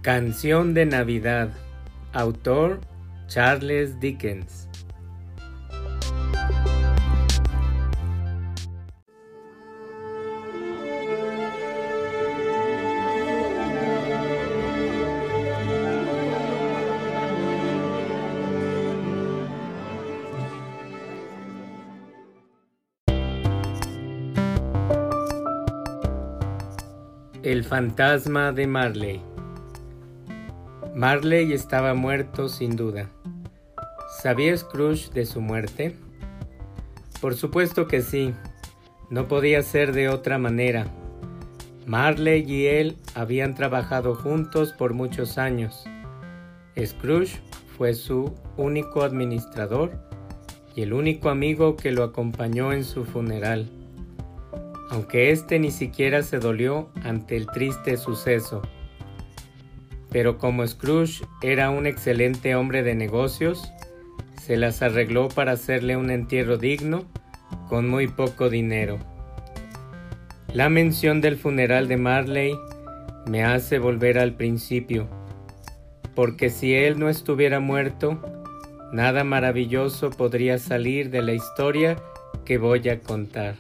Canción de Navidad. Autor Charles Dickens. El fantasma de Marley. Marley estaba muerto sin duda. ¿Sabía Scrooge de su muerte? Por supuesto que sí. No podía ser de otra manera. Marley y él habían trabajado juntos por muchos años. Scrooge fue su único administrador y el único amigo que lo acompañó en su funeral, aunque éste ni siquiera se dolió ante el triste suceso. Pero como Scrooge era un excelente hombre de negocios, se las arregló para hacerle un entierro digno con muy poco dinero. La mención del funeral de Marley me hace volver al principio, porque si él no estuviera muerto, nada maravilloso podría salir de la historia que voy a contar.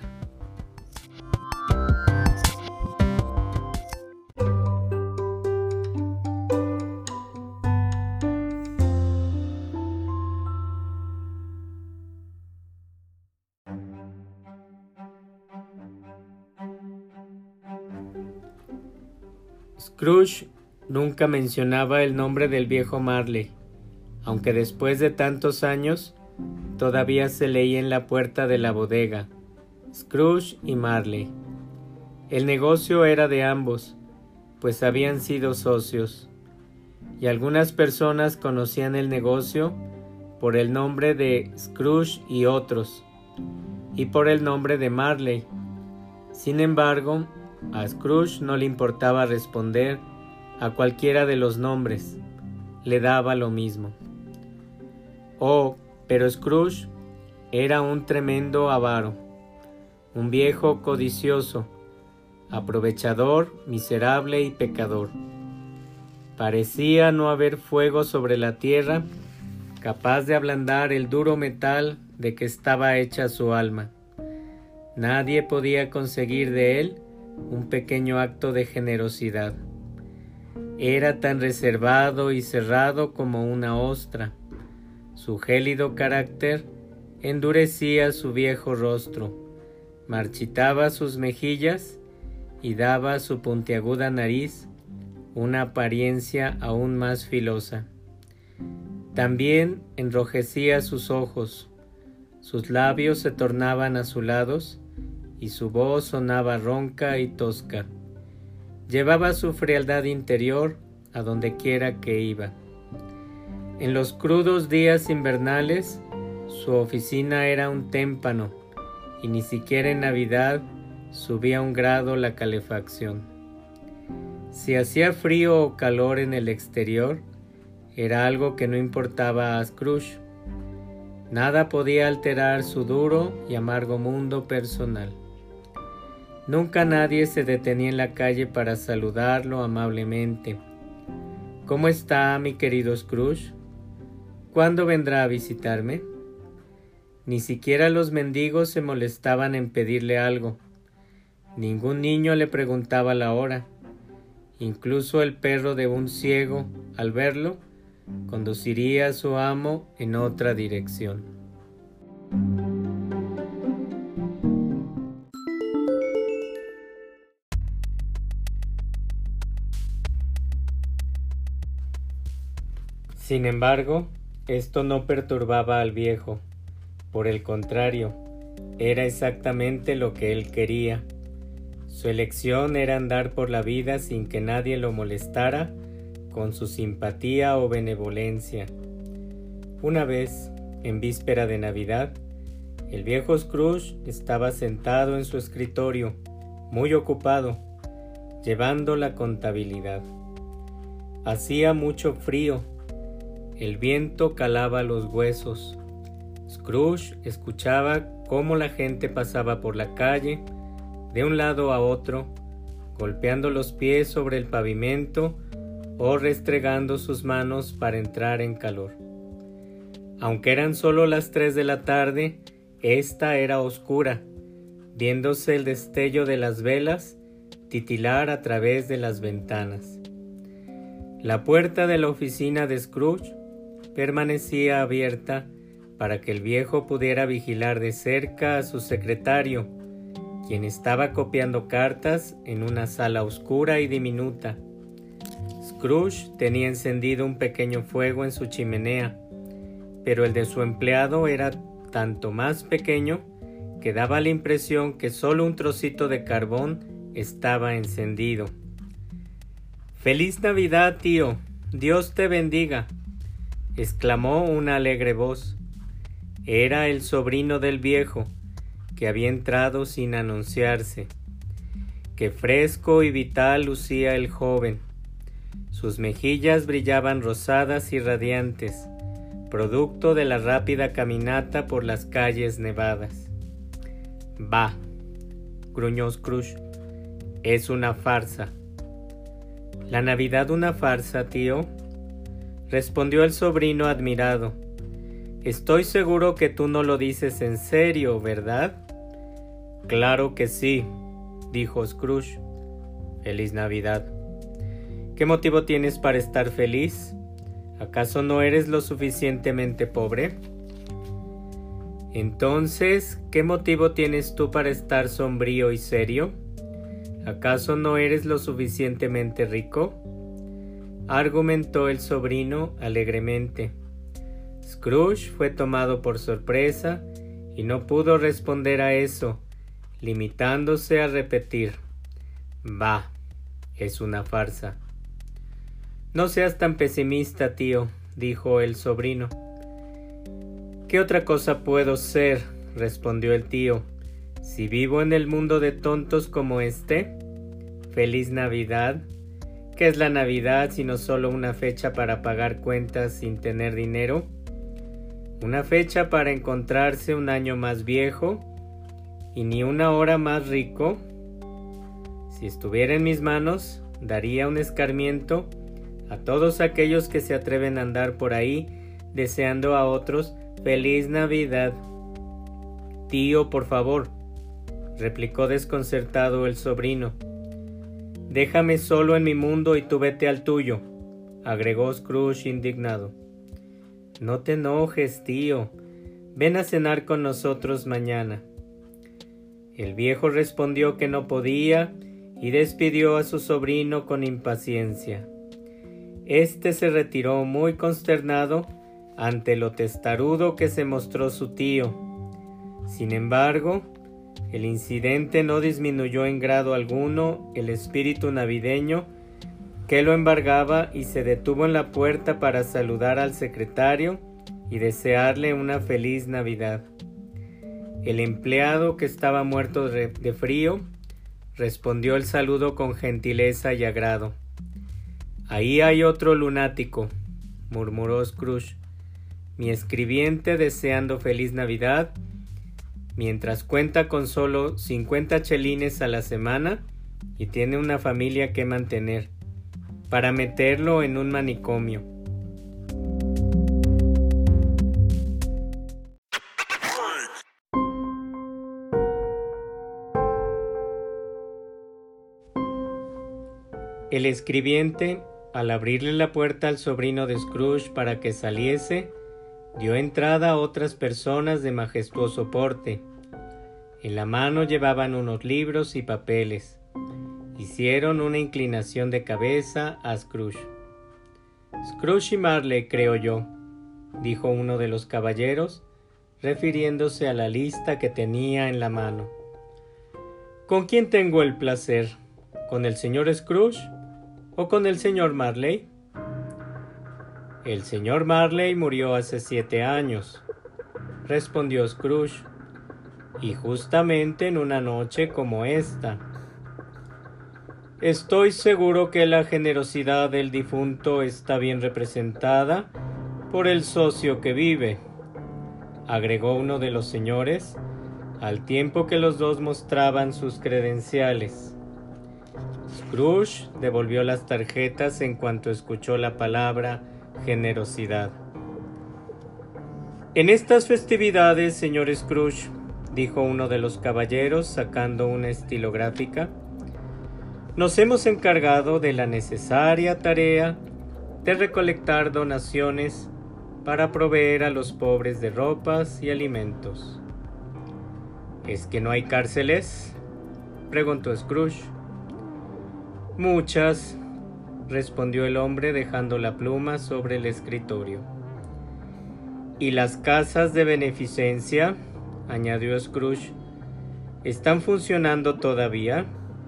Scrooge nunca mencionaba el nombre del viejo Marley, aunque después de tantos años todavía se leía en la puerta de la bodega: Scrooge y Marley. El negocio era de ambos, pues habían sido socios, y algunas personas conocían el negocio por el nombre de Scrooge y otros, y por el nombre de Marley. Sin embargo, a Scrooge no le importaba responder a cualquiera de los nombres, le daba lo mismo. Oh, pero Scrooge era un tremendo avaro, un viejo codicioso, aprovechador, miserable y pecador. Parecía no haber fuego sobre la tierra capaz de ablandar el duro metal de que estaba hecha su alma. Nadie podía conseguir de él un pequeño acto de generosidad. Era tan reservado y cerrado como una ostra. Su gélido carácter endurecía su viejo rostro, marchitaba sus mejillas y daba a su puntiaguda nariz una apariencia aún más filosa. También enrojecía sus ojos, sus labios se tornaban azulados y su voz sonaba ronca y tosca. Llevaba su frialdad interior a donde quiera que iba. En los crudos días invernales, su oficina era un témpano y ni siquiera en Navidad subía 1 grado la calefacción. Si hacía frío o calor en el exterior, era algo que no importaba a Scrooge. Nada podía alterar su duro y amargo mundo personal. Nunca nadie se detenía en la calle para saludarlo amablemente. ¿Cómo está, mi querido Scrooge? ¿Cuándo vendrá a visitarme? Ni siquiera los mendigos se molestaban en pedirle algo. Ningún niño le preguntaba la hora. Incluso el perro de un ciego, al verlo, conduciría a su amo en otra dirección. Sin embargo, esto no perturbaba al viejo. Por el contrario, era exactamente lo que él quería. Su elección era andar por la vida sin que nadie lo molestara con su simpatía o benevolencia. Una vez, en víspera de Navidad, el viejo Scrooge estaba sentado en su escritorio, muy ocupado, llevando la contabilidad. Hacía mucho frío. El viento calaba los huesos. Scrooge escuchaba cómo la gente pasaba por la calle, de un lado a otro, golpeando los pies sobre el pavimento o restregando sus manos para entrar en calor. Aunque eran solo las 3 de la tarde, ésta era oscura, viéndose el destello de las velas titilar a través de las ventanas. La puerta de la oficina de Scrooge permanecía abierta para que el viejo pudiera vigilar de cerca a su secretario, quien estaba copiando cartas en una sala oscura y diminuta. Scrooge tenía encendido un pequeño fuego en su chimenea, pero el de su empleado era tanto más pequeño que daba la impresión que solo un trocito de carbón estaba encendido. «¡Feliz Navidad, tío! ¡Dios te bendiga!», exclamó una alegre voz. Era el sobrino del viejo, que había entrado sin anunciarse. Qué fresco y vital lucía el joven. Sus mejillas brillaban rosadas y radiantes, producto de la rápida caminata por las calles nevadas. «Bah», gruñó Scrooge, «es una farsa». «¿La Navidad una farsa, tío?», respondió el sobrino admirado. «Estoy seguro que tú no lo dices en serio, ¿verdad?». «Claro que sí», dijo Scrooge. «Feliz Navidad». «¿Qué motivo tienes para estar feliz? ¿Acaso no eres lo suficientemente pobre?». «Entonces, ¿qué motivo tienes tú para estar sombrío y serio? ¿Acaso no eres lo suficientemente rico?», argumentó el sobrino alegremente. Scrooge fue tomado por sorpresa y no pudo responder a eso, limitándose a repetir: «Bah, es una farsa». «No seas tan pesimista, tío», dijo el sobrino. «¿Qué otra cosa puedo ser?», respondió el tío, «si vivo en el mundo de tontos como este». «Feliz Navidad». ¿Qué es la Navidad sino solo una fecha para pagar cuentas sin tener dinero? Una fecha para encontrarse un año más viejo y ni una hora más rico. Si estuviera en mis manos, daría un escarmiento a todos aquellos que se atreven a andar por ahí deseando a otros «Feliz Navidad». «Tío, por favor», replicó desconcertado el sobrino. «Déjame solo en mi mundo y tú vete al tuyo», agregó Scrooge indignado. «No te enojes, tío. Ven a cenar con nosotros mañana». El viejo respondió que no podía y despidió a su sobrino con impaciencia. Este se retiró muy consternado ante lo testarudo que se mostró su tío. Sin embargo, el incidente no disminuyó en grado alguno el espíritu navideño que lo embargaba y se detuvo en la puerta para saludar al secretario y desearle una feliz Navidad. El empleado, que estaba muerto de frío, respondió el saludo con gentileza y agrado. «Ahí hay otro lunático», murmuró Scrooge. «Mi escribiente deseando feliz Navidad, mientras cuenta con solo 50 chelines a la semana y tiene una familia que mantener, para meterlo en un manicomio». El escribiente, al abrirle la puerta al sobrino de Scrooge para que saliese, dio entrada a otras personas de majestuoso porte. En la mano llevaban unos libros y papeles. Hicieron una inclinación de cabeza a Scrooge. «Scrooge y Marley, creo yo», dijo uno de los caballeros, refiriéndose a la lista que tenía en la mano. «¿Con quién tengo el placer? ¿Con el señor Scrooge o con el señor Marley?» «El señor Marley murió hace 7 años», respondió Scrooge, «y justamente en una noche como esta». «Estoy seguro que la generosidad del difunto está bien representada por el socio que vive», agregó uno de los señores, al tiempo que los dos mostraban sus credenciales. Scrooge devolvió las tarjetas en cuanto escuchó la palabra generosidad. En estas festividades, señor Scrooge, dijo uno de los caballeros sacando una estilográfica, nos hemos encargado de la necesaria tarea de recolectar donaciones para proveer a los pobres de ropas y alimentos. ¿Es que no hay cárceles?, preguntó Scrooge. Muchas, respondió el hombre dejando la pluma sobre el escritorio. ¿Y las casas de beneficencia?, añadió Scrooge, ¿están funcionando todavía?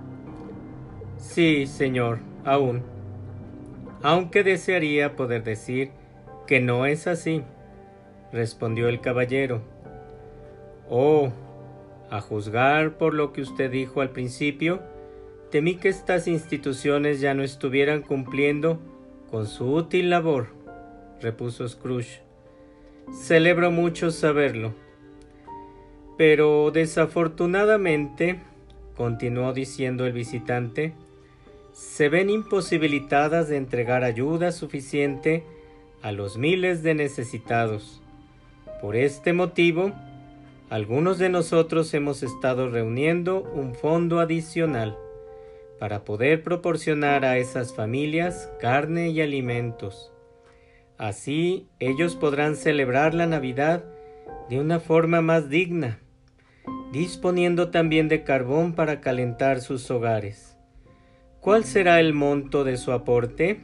Sí, señor, aún. Aunque desearía poder decir que no es así, respondió el caballero. Oh, a juzgar por lo que usted dijo al principio, temí que estas instituciones ya no estuvieran cumpliendo con su útil labor, repuso Scrooge. Celebro mucho saberlo. Pero desafortunadamente, continuó diciendo el visitante, se ven imposibilitadas de entregar ayuda suficiente a los miles de necesitados. Por este motivo, algunos de nosotros hemos estado reuniendo un fondo adicional para poder proporcionar a esas familias carne y alimentos. Así, ellos podrán celebrar la Navidad de una forma más digna, disponiendo también de carbón para calentar sus hogares. ¿Cuál será el monto de su aporte?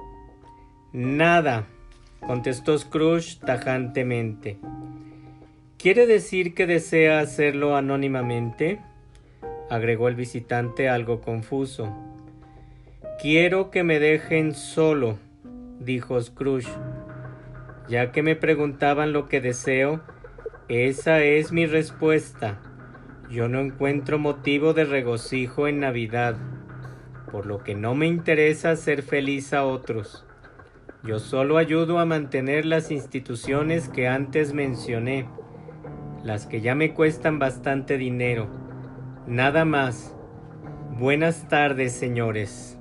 Nada, contestó Scrooge tajantemente. ¿Quiere decir que desea hacerlo anónimamente?, agregó el visitante algo confuso. Quiero que me dejen solo, dijo Scrooge. Ya que me preguntaban lo que deseo, esa es mi respuesta. Yo no encuentro motivo de regocijo en Navidad, por lo que no me interesa hacer feliz a otros. Yo solo ayudo a mantener las instituciones que antes mencioné, las que ya me cuestan bastante dinero. Nada más. Buenas tardes, señores.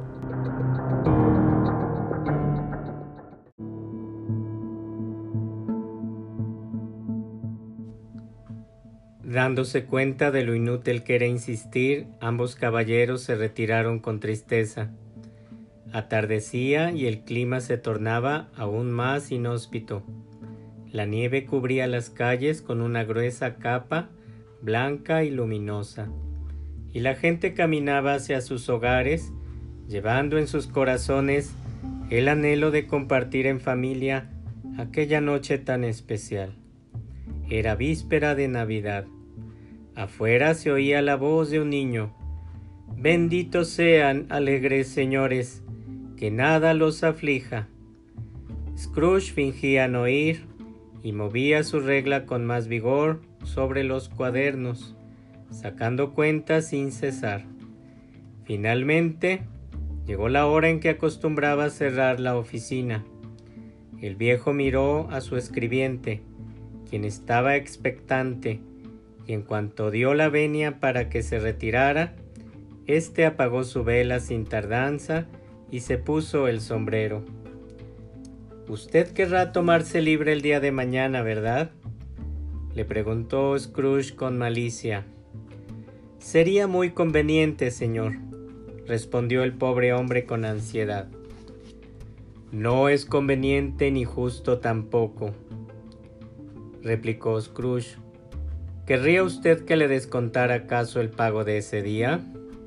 Dándose cuenta de lo inútil que era insistir, ambos caballeros se retiraron con tristeza. Atardecía y el clima se tornaba aún más inhóspito. La nieve cubría las calles con una gruesa capa blanca y luminosa, y la gente caminaba hacia sus hogares, llevando en sus corazones el anhelo de compartir en familia aquella noche tan especial. Era víspera de Navidad. Afuera se oía la voz de un niño. Benditos sean, alegres señores, que nada los aflija. Scrooge fingía no oír y movía su regla con más vigor sobre los cuadernos, sacando cuentas sin cesar. Finalmente, llegó la hora en que acostumbraba cerrar la oficina. El viejo miró a su escribiente, quien estaba expectante, y en cuanto dio la venia para que se retirara, éste apagó su vela sin tardanza y se puso el sombrero. «Usted querrá tomarse libre el día de mañana, ¿verdad?», le preguntó Scrooge con malicia. «Sería muy conveniente, señor», respondió el pobre hombre con ansiedad. «No es conveniente ni justo tampoco», replicó Scrooge. «¿Querría usted que le descontara acaso el pago de ese día?».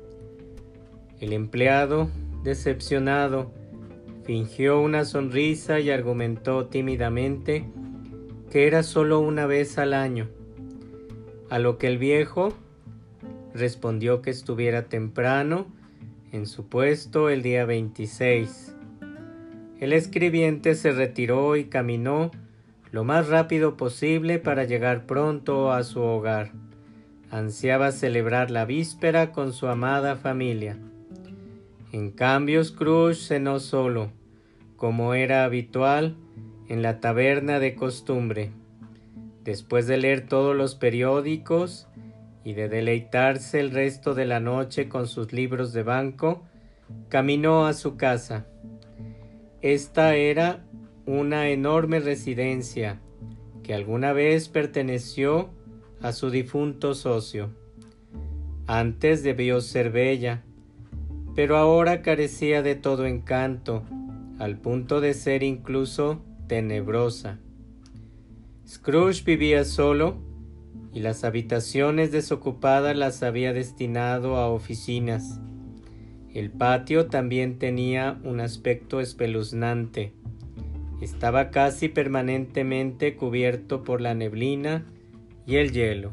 El empleado, decepcionado, fingió una sonrisa y argumentó tímidamente que era solo una vez al año, a lo que el viejo respondió que estuviera temprano en su puesto el día 26. El escribiente se retiró y caminó lo más rápido posible para llegar pronto a su hogar. Ansiaba celebrar la víspera con su amada familia. En cambio, Scrooge cenó solo, como era habitual, en la taberna de costumbre. Después de leer todos los periódicos y de deleitarse el resto de la noche con sus libros de banco, caminó a su casa. Esta era una enorme residencia que alguna vez perteneció a su difunto socio. Antes debió ser bella, pero ahora carecía de todo encanto, al punto de ser incluso tenebrosa. Scrooge vivía solo y las habitaciones desocupadas las había destinado a oficinas. El patio también tenía un aspecto espeluznante. Estaba casi permanentemente cubierto por la neblina y el hielo.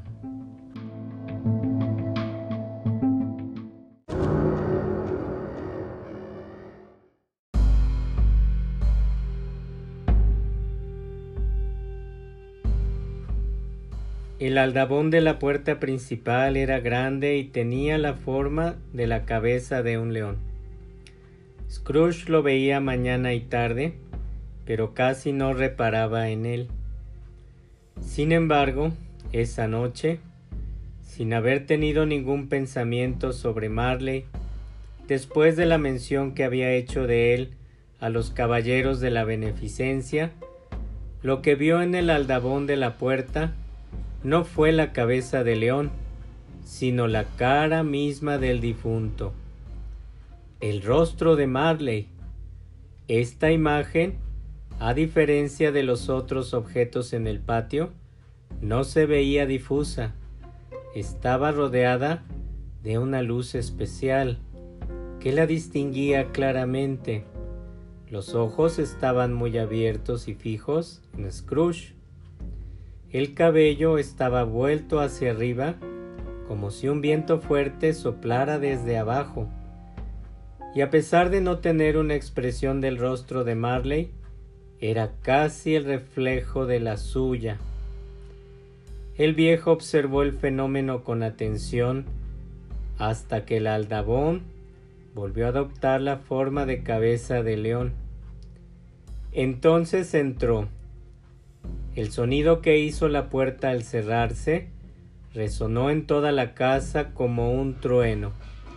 El aldabón de la puerta principal era grande y tenía la forma de la cabeza de un león. Scrooge lo veía mañana y tarde, pero casi no reparaba en él. Sin embargo, esa noche, sin haber tenido ningún pensamiento sobre Marley, después de la mención que había hecho de él a los caballeros de la beneficencia, lo que vio en el aldabón de la puerta no fue la cabeza de león, sino la cara misma del difunto. El rostro de Marley. Esta imagen, a diferencia de los otros objetos en el patio, no se veía difusa. Estaba rodeada de una luz especial que la distinguía claramente. Los ojos estaban muy abiertos y fijos en Scrooge. El cabello estaba vuelto hacia arriba, como si un viento fuerte soplara desde abajo. Y a pesar de no tener una expresión del rostro de Marley, era casi el reflejo de la suya. El viejo observó el fenómeno con atención hasta que el aldabón volvió a adoptar la forma de cabeza de león. Entonces entró. El sonido que hizo la puerta al cerrarse resonó en toda la casa como un trueno.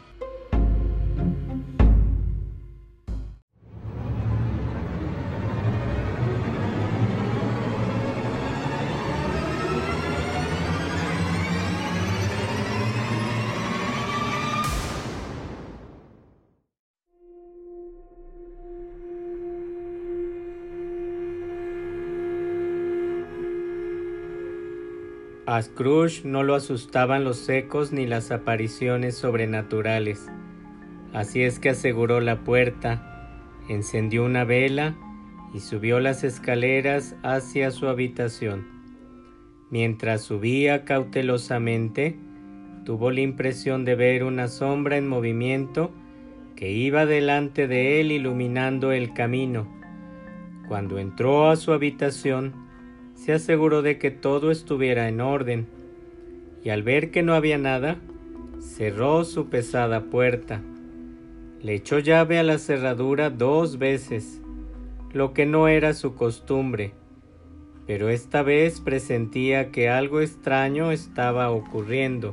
A Scrooge no lo asustaban los ecos ni las apariciones sobrenaturales. Así es que aseguró la puerta, encendió una vela y subió las escaleras hacia su habitación. Mientras subía cautelosamente, tuvo la impresión de ver una sombra en movimiento que iba delante de él iluminando el camino. Cuando entró a su habitación, se aseguró de que todo estuviera en orden, y al ver que no había nada, cerró su pesada puerta. Le echó llave a la cerradura 2 veces, lo que no era su costumbre, pero esta vez presentía que algo extraño estaba ocurriendo.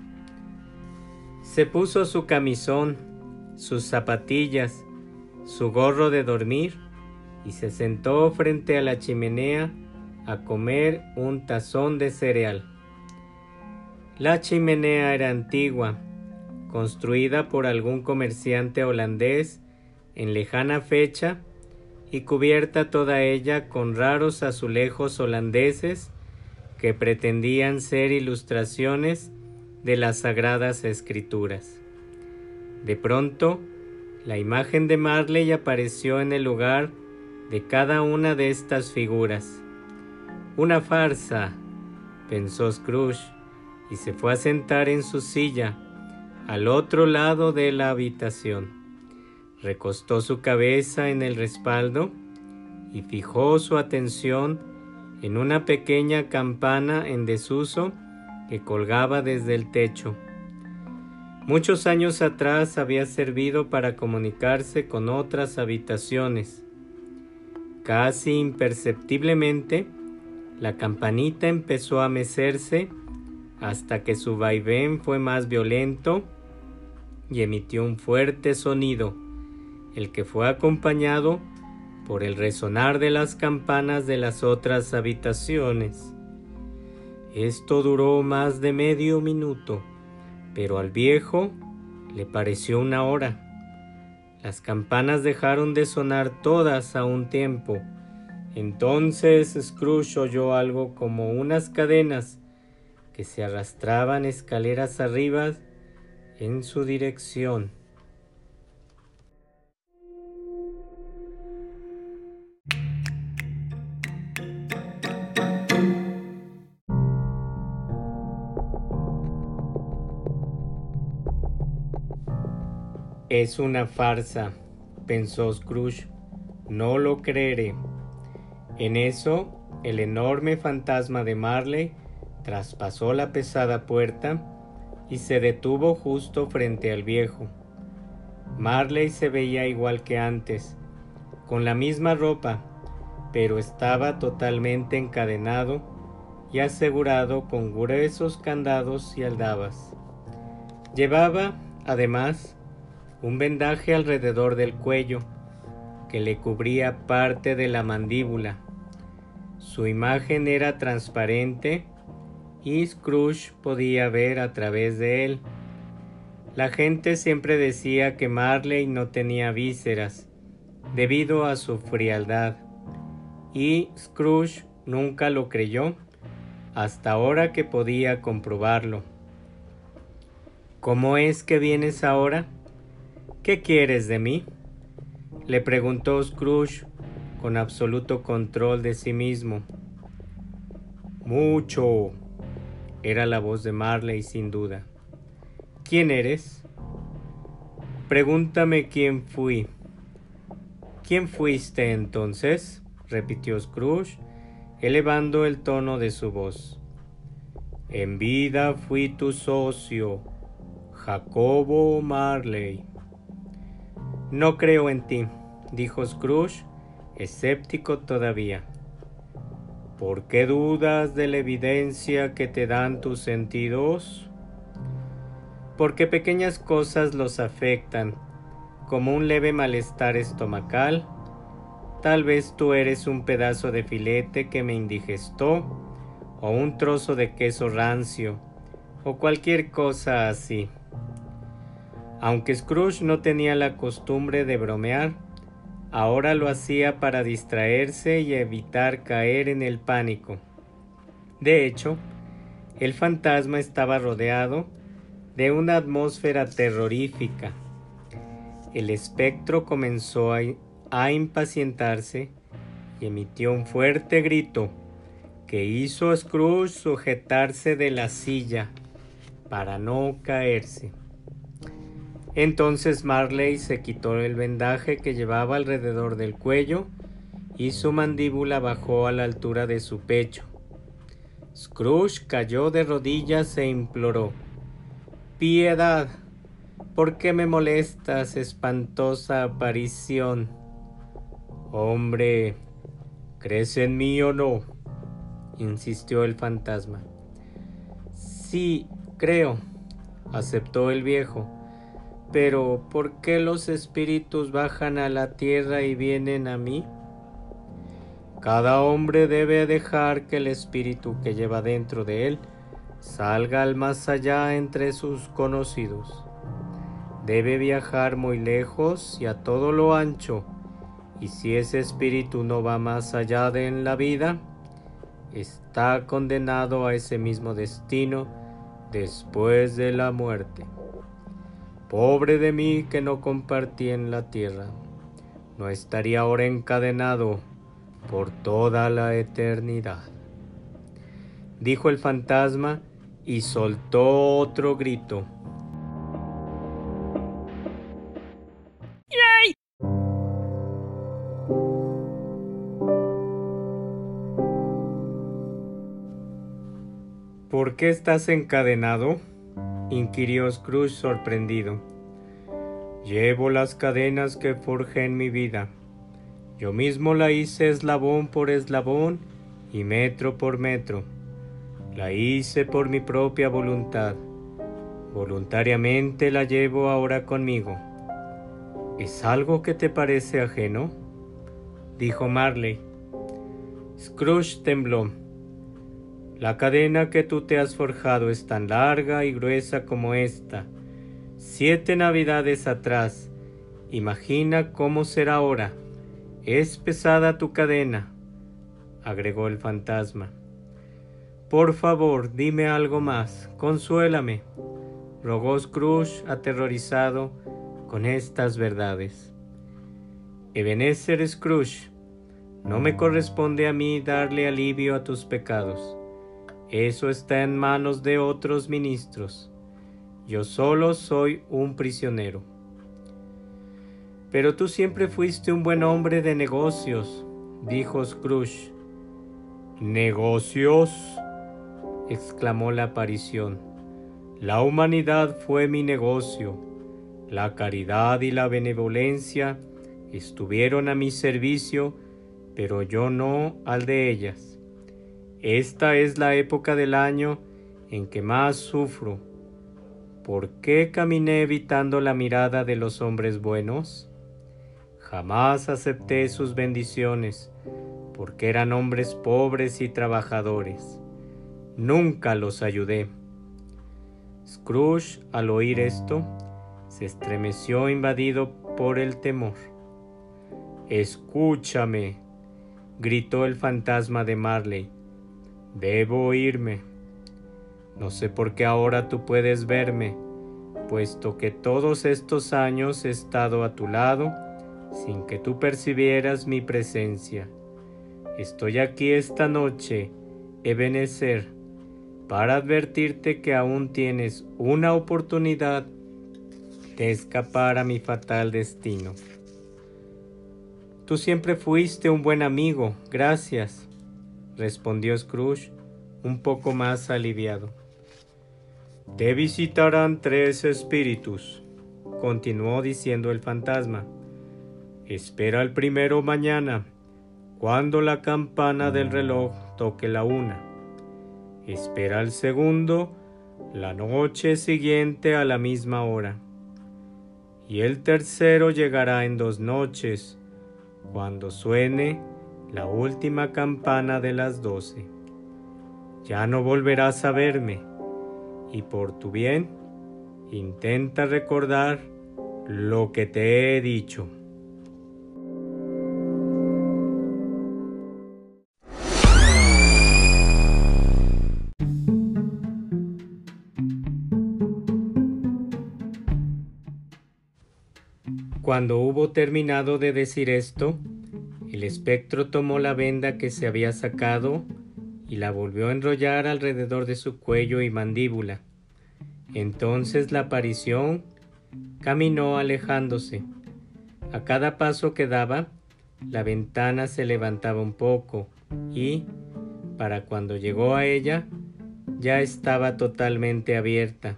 Se puso su camisón, sus zapatillas, su gorro de dormir y se sentó frente a la chimenea a comer un tazón de cereal. La chimenea era antigua, construida por algún comerciante holandés en lejana fecha y cubierta toda ella con raros azulejos holandeses que pretendían ser ilustraciones de las sagradas escrituras. De pronto, la imagen de Marley apareció en el lugar de cada una de estas figuras. «Una farsa», pensó Scrooge, y se fue a sentar en su silla, al otro lado de la habitación. Recostó su cabeza en el respaldo y fijó su atención en una pequeña campana en desuso que colgaba desde el techo. Muchos años atrás había servido para comunicarse con otras habitaciones. Casi imperceptiblemente, la campanita empezó a mecerse hasta que su vaivén fue más violento y emitió un fuerte sonido, el que fue acompañado por el resonar de las campanas de las otras habitaciones. Esto duró más de medio minuto, pero al viejo le pareció una hora. Las campanas dejaron de sonar todas a un tiempo. Entonces Scrooge oyó algo como unas cadenas que se arrastraban escaleras arriba en su dirección. Es una farsa, pensó Scrooge. No lo creeré. En eso, el enorme fantasma de Marley traspasó la pesada puerta y se detuvo justo frente al viejo. Marley se veía igual que antes, con la misma ropa, pero estaba totalmente encadenado y asegurado con gruesos candados y aldabas. Llevaba, además, un vendaje alrededor del cuello que le cubría parte de la mandíbula. Su imagen era transparente y Scrooge podía ver a través de él. La gente siempre decía que Marley no tenía vísceras debido a su frialdad, y Scrooge nunca lo creyó hasta ahora que podía comprobarlo. ¿Cómo es que vienes ahora? ¿Qué quieres de mí?, le preguntó Scrooge con absoluto control de sí mismo. Mucho, era la voz de Marley sin duda. ¿Quién eres? Pregúntame quién fui. ¿Quién fuiste entonces?, repitió Scrooge, elevando el tono de su voz. En vida fui tu socio, Jacobo Marley. No creo en ti, dijo Scrooge, escéptico todavía. ¿Por qué dudas de la evidencia que te dan tus sentidos? Porque pequeñas cosas los afectan, como un leve malestar estomacal. Tal vez tú eres un pedazo de filete que me indigestó, o un trozo de queso rancio, o cualquier cosa así. Aunque Scrooge no tenía la costumbre de bromear, ahora lo hacía para distraerse y evitar caer en el pánico. De hecho, el fantasma estaba rodeado de una atmósfera terrorífica. El espectro comenzó a impacientarse y emitió un fuerte grito que hizo a Scrooge sujetarse de la silla para no caerse. Entonces Marley se quitó el vendaje que llevaba alrededor del cuello y su mandíbula bajó a la altura de su pecho. Scrooge cayó de rodillas e imploró: «Piedad, ¿por qué me molestas, espantosa aparición?» «Hombre, ¿crees en mí o no?», insistió el fantasma. «Sí, creo», aceptó el viejo. «Pero, ¿por qué los espíritus bajan a la tierra y vienen a mí?» «Cada hombre debe dejar que el espíritu que lleva dentro de él salga al más allá entre sus conocidos. Debe viajar muy lejos y a todo lo ancho, y si ese espíritu no va más allá de en la vida, está condenado a ese mismo destino después de la muerte. Pobre de mí que no compartí en la tierra. No estaría ahora encadenado por toda la eternidad», dijo el fantasma y soltó otro grito. ¡Yay! ¿Por qué estás encadenado?, inquirió Scrooge sorprendido. «Llevo las cadenas que forjé en mi vida. Yo mismo la hice eslabón por eslabón y metro por metro. La hice por mi propia voluntad. Voluntariamente la llevo ahora conmigo. ¿Es algo que te parece ajeno?, dijo Marley. Scrooge tembló. La cadena que tú te has forjado es tan larga y gruesa como esta. 7 navidades atrás. Imagina cómo será ahora. Es pesada tu cadena, agregó el fantasma. Por favor, dime algo más. Consuélame, rogó Scrooge, aterrorizado con estas verdades. Ebenezer Scrooge, no me corresponde a mí darle alivio a tus pecados. Eso está en manos de otros ministros. Yo solo soy un prisionero. Pero tú siempre fuiste un buen hombre de negocios, dijo Scrooge. ¿Negocios?, exclamó la aparición. La humanidad fue mi negocio. La caridad y la benevolencia estuvieron a mi servicio, pero yo no al de ellas. Esta es la época del año en que más sufro. ¿Por qué caminé evitando la mirada de los hombres buenos? Jamás acepté sus bendiciones, porque eran hombres pobres y trabajadores. Nunca los ayudé. Scrooge, al oír esto, se estremeció invadido por el temor. «Escúchame», gritó el fantasma de Marley. «Debo oírme. No sé por qué ahora tú puedes verme, puesto que todos estos años he estado a tu lado sin que tú percibieras mi presencia. Estoy aquí esta noche, Ebenezer, para advertirte que aún tienes una oportunidad de escapar a mi fatal destino». «Tú siempre fuiste un buen amigo, gracias», respondió Scrooge, un poco más aliviado. «Te visitarán 3 espíritus», continuó diciendo el fantasma. «Espera el primero mañana, cuando la campana del reloj toque la 1. Espera el segundo la noche siguiente a la misma hora. Y el tercero llegará en 2 noches, cuando suene la última campana de las 12. Ya no volverás a verme, y por tu bien, intenta recordar lo que te he dicho». Cuando hubo terminado de decir esto, el espectro tomó la venda que se había sacado y la volvió a enrollar alrededor de su cuello y mandíbula. Entonces la aparición caminó alejándose. A cada paso que daba, la ventana se levantaba un poco y, para cuando llegó a ella, ya estaba totalmente abierta.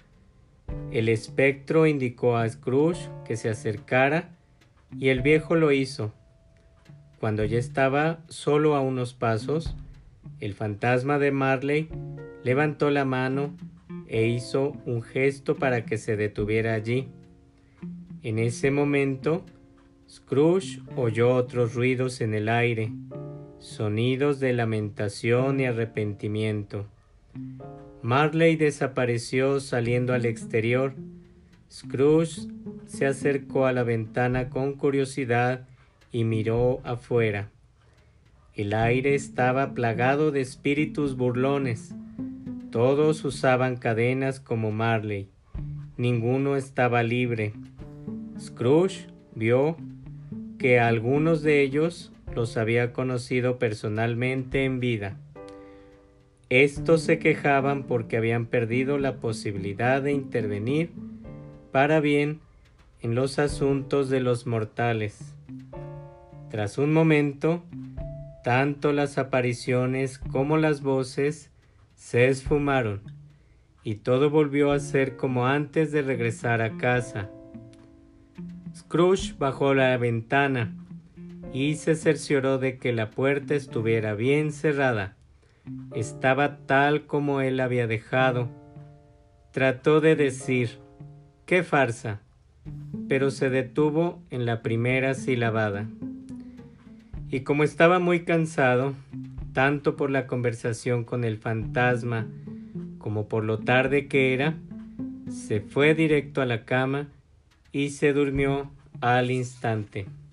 El espectro indicó a Scrooge que se acercara y el viejo lo hizo. Cuando ya estaba solo a unos pasos, el fantasma de Marley levantó la mano e hizo un gesto para que se detuviera allí. En ese momento, Scrooge oyó otros ruidos en el aire, sonidos de lamentación y arrepentimiento. Marley desapareció saliendo al exterior. Scrooge se acercó a la ventana con curiosidad y miró afuera. El aire estaba plagado de espíritus burlones. Todos usaban cadenas como Marley. Ninguno estaba libre. Scrooge vio que a algunos de ellos los había conocido personalmente en vida. Estos se quejaban porque habían perdido la posibilidad de intervenir para bien en los asuntos de los mortales. Tras un momento, tanto las apariciones como las voces se esfumaron y todo volvió a ser como antes de regresar a casa. Scrooge bajó la ventana y se cercioró de que la puerta estuviera bien cerrada. estaba tal como él había dejado. Trató de decir, ¡qué farsa!, pero se detuvo en la primera silabada. Y como estaba muy cansado, tanto por la conversación con el fantasma como por lo tarde que era, se fue directo a la cama y se durmió al instante.